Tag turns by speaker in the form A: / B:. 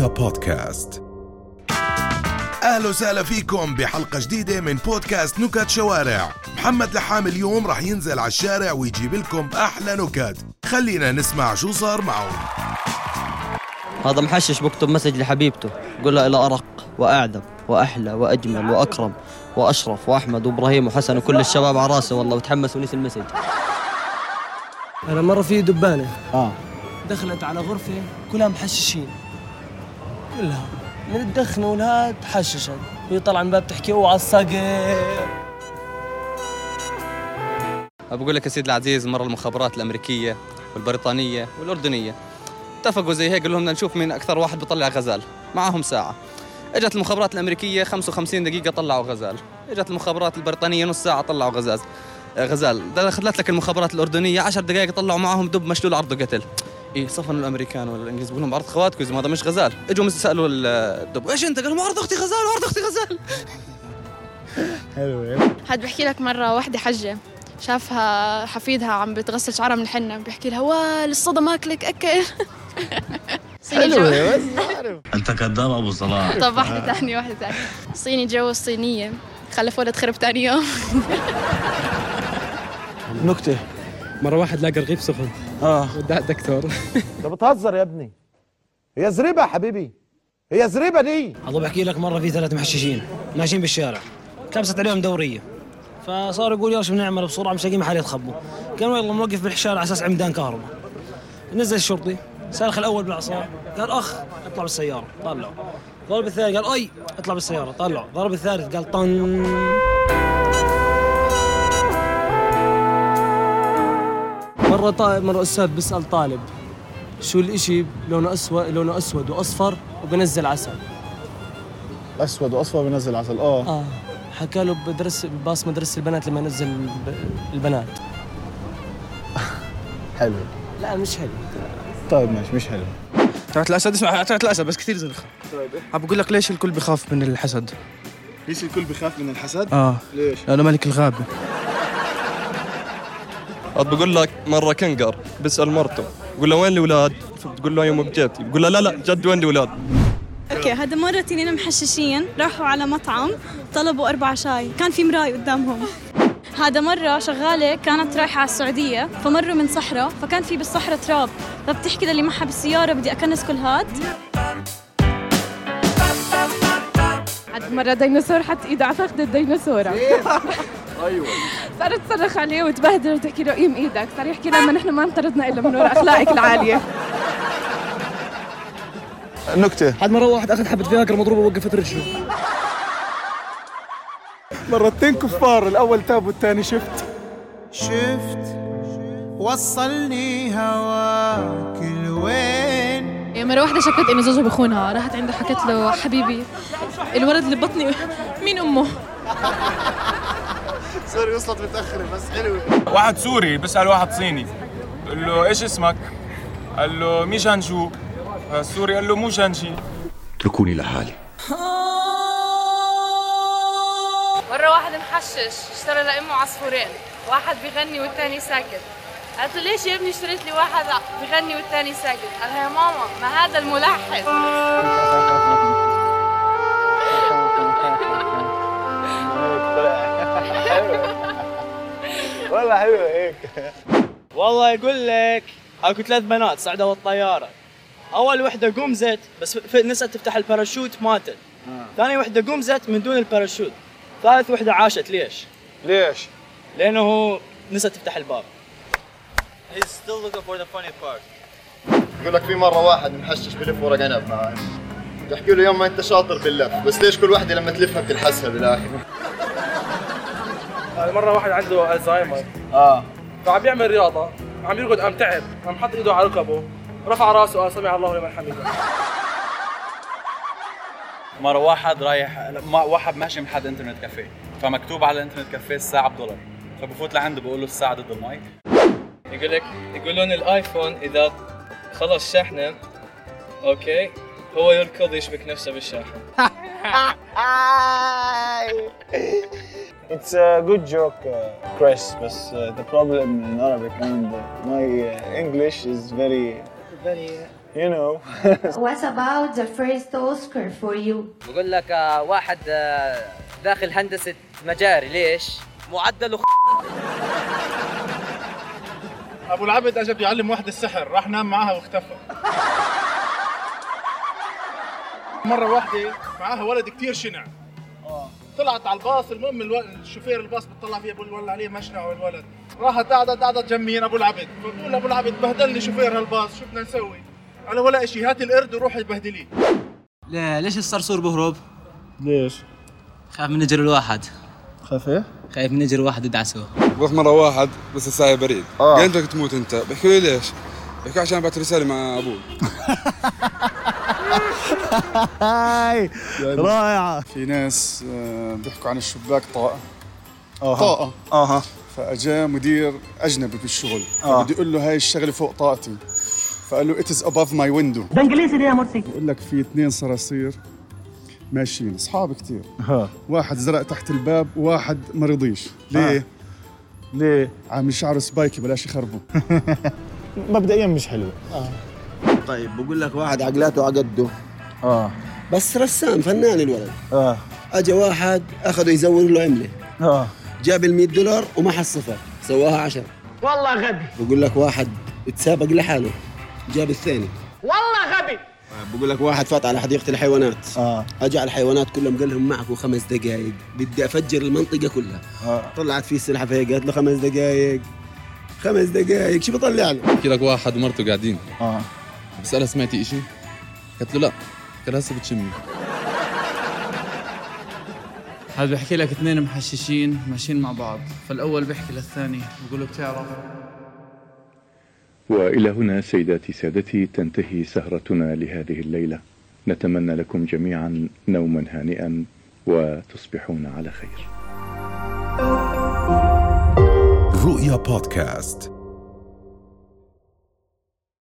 A: بودكاست. أهلا وسهلا فيكم بحلقة جديدة من بودكاست نكت شوارع. محمد لحام اليوم راح ينزل على الشارع ويجيب لكم أحلى نكت. خلينا نسمع شو صار معه.
B: هذا محشش بكتب مسج لحبيبته، قل له إلى أرق وأعذب وأحلى وأجمل وأكرم وأشرف وأحمد وإبراهيم وحسن وكل الشباب على راسه والله، وتحمس ونسي المسج.
C: أنا مرة في دبانة دخلت على غرفة كلها محششين، كلها من الدخن والهاد تحششت، وهي طالعة من باب تحكي اوعى الصقر.
D: بقول لك يا سيدي العزيز، مرة المخابرات الأمريكية والبريطانية والأردنية اتفقوا زي هيك، قالوا لهم بدنا نشوف مين أكثر واحد بيطلع غزال، معهم ساعة. اجت المخابرات الأمريكية 55 دقيقة طلعوا غزال، اجت المخابرات البريطانية نص ساعة طلعوا غزال. دخلت لك المخابرات الأردنية 10 دقائق طلعوا معهم دب مشلول عرضه قتل. صفنوا الأمريكان ولا الإنجليز بقول لهم عرض خواتكم، هذا مش غزال. اجوا سألوا الدب ايش انت؟ قالوا عرض اختي غزال.
E: حلو. حد بحكي لك مرة واحدة حجة شافها حفيدها عم بتغسل شعرها من الحنة، بيحكي لها وال الصدى ماكلك أكل.
F: حلو بس انت كذاب ابو صلاح.
E: طب واحدة ثانية صيني جوز صينية خلف ولد خرب ثاني يوم.
C: نكتة،
G: مرة واحد لاقى رغيف سخن وداه الدكتور.
H: انت بتهزر يا ابني، هي زريبة يا حبيبي، هي زريبة دي.
C: أضو بحكي لك مرة في 3 محششين ماشيين بالشارع، كبست عليهم دورية، فصار يقول يا شو بنعمل بسرعة مش لاقيين محل يتخبوا. كانوا يلا موقف بالشارع على أساس عمدان كهرباء. نزل الشرطي سالخ الأول بالعصا، قال أخ اطلع بالسيارة، طلعوا. ضرب الثاني قال أي اطلع بالسيارة، طلعوا. ضرب الثالث قال طن. مرة أستاذ بيسأل طالب شو الإشي لونه أسود وأصفر وبنزل عسل.
H: أسود وأصفر بنزل عسل.
C: حكى له بدرس باص مدرسة البنات لما ينزل البنات.
H: حلو.
C: لا مش حلو.
H: طيب ماشي مش حلو.
G: تعرف الأسد، اسمع تعرف الأسد بس كثير زرخ.
H: طيب
G: بقول لك ليش الكل بيخاف من الحسد؟
H: ليش الكل بيخاف من الحسد؟ ليش؟
G: لأنه ملك الغابة.
D: بقول لك مرة كنقر بيسأل مرته بقول له وين الأولاد؟ فبتقول له يوم بجيتي، بقول له لا جد وين الأولاد؟
I: اوكي، هذا مرة تنين محششين راحوا على مطعم طلبوا 4 شاي، كان في مراي قدامهم. هذا مرة شغالة كانت رايحة على السعودية، فمروا من صحراء، فكان في بالصحراء تراب، فبتحكي للي معها بالسيارة بدي أكنس كل هاد.
E: مرة ديناصور حط إيده على فخذ الديناصورة.
H: أيوة.
E: صارت تصرخ عليه وتبهدل وتحكي له قيم إيدك، صار يحكي لما نحن ما انطردنا إلا من وراء أخلاقك العالية.
H: نكتة،
C: حد مرة واحد أخذ حبة فياجرا مضروبة ووقفت رجله.
H: مرتين كفار، الأول تاب والثاني شفت
J: وصلني هواك لوين.
E: يا مرة واحدة شكت إنه زوجها بخونها، راحت عنده حكت له حبيبي الولد اللي ببطني مين أمه؟
H: سوري وصلت متأخرة بس حلوة.
K: واحد سوري بيسأل واحد صيني قال له ايش اسمك؟ قال له مي جانجو. السوري قال له مو جانجي.
F: اتركوني لحالي.
E: مرة واحد محشش اشترى لأمه عصفورين، واحد بيغني والتاني ساكت. قالت له ليش يا ابني اشتريت لي واحد بيغني والتاني ساكت؟ قال لها يا ماما ما هذا الملحن.
H: والله حلوة هيك.
L: والله يقول لك اكو 3 بنات صعدوا الطيارة، أول وحدة قمزت بس نسيت تفتح الباراشوت ماتت. ثاني وحدة قمزت من دون الباراشوت. ثالث وحدة عاشت. ليش؟ لأنه نسيت تفتح الباب. He's still looking for the funny part.
H: يقول لك في مرة واحد محشش بلف ورق عنب معاه، تحكي له يوم ما أنت شاطر باللف، بس ليش كل وحدة لما تلفها بتلحسها بالآخر؟
G: مرة واحد عنده الزهايمر فعم يعمل رياضة، عم يرقد، قام تعب، قام حط ايده على ركبه، رفع راسه قال سمع الله لمن حمده.
M: مرة واحد واحد ماشي من حد انترنت كافيه، فمكتوب على الانترنت كافيه الساعة $1، فبفوت لعنده بقول له الساعة ضد المي.
G: يقولون الايفون اذا خلص شحنه اوكي هو يركض يشبك نفسه بالشاحن.
H: It's a good joke, Chris, but the problem in Arabic and my English is very
N: You know.
O: What about the first Oscar for you?
P: بقول لك واحد داخل هندسة مجاري. ليش؟ معدله
N: أبو العبد أجا بيعلم واحد السحر، راح نام معها واختفى. مرة واحدة معاها ولد كتير شنع. طلعت على الباص، المهم الشوفير الباص بتطلع فيها بقول والله عليه مشنع الولد. راحت قعدت جنبين أبو العبد، فبقول أبو العبد بهدلني شوفير هالباص، شو بدنا نسوي؟ قال ولا إشي، هات القرد وروح يبهدليه.
Q: ليش الصرصور بهرب؟
N: ليش؟
Q: خاف من اجر الواحد.
N: خاف ايه؟
Q: خايف من اجر واحد يدعسه.
R: بروح مرة واحد بس الساعة بريد. قال بدك تموت انت، بحكي لي ليش؟ بحكي عشان بعت رسالة مع ابوي.
N: هاي رائعة.
S: في ناس بيحكوا عن الشباك طاقة. فأجا مدير أجنبي بالشغل، فبدي أقول له هاي الشغلة فوق طاقتي. فقال له it is above my window.
T: ده انجليزي دي يا مرسي.
S: بقول لك في 2 صراصير ماشيين اصحاب كتير. واحد زرق تحت الباب وواحد ما رضيش. ليه؟
N: ليه؟
S: عامل شعره سبايكي بلاش يخربوا.
N: مبدئيا مش حلو.
U: طيب بقول لك واحد عقلاته عقده. بس رسام فنان الولد. اجى واحد اخذه يزور له عمله. جاب $100 وما حصفها، سواها 10.
T: والله غبي.
U: بقول لك واحد اتسابق لحاله، جاب الثاني.
T: والله غبي.
U: بقول لك واحد فات على حديقة الحيوانات. اجى على الحيوانات كلهم قال لهم معكم 5 دقائق بدي افجر المنطقة كلها. طلعت فيه السلحفاة قالت له 5 دقائق. 5 دقائق شو بطلع له؟
V: بحكي لك واحد ومرته قاعدين. بسألها سمعتي إشي؟ قالت له لا. قال هسه بتشمي.
W: هذا بحكي لك 2 محششين ماشيين مع بعض، فالأول بحكي للثاني بقول له بتعرف.
F: وإلى هنا سيداتي سادتي تنتهي سهرتنا لهذه الليلة. نتمنى لكم جميعا نوما هانئا وتصبحون على خير.
A: رؤيا بودكاست.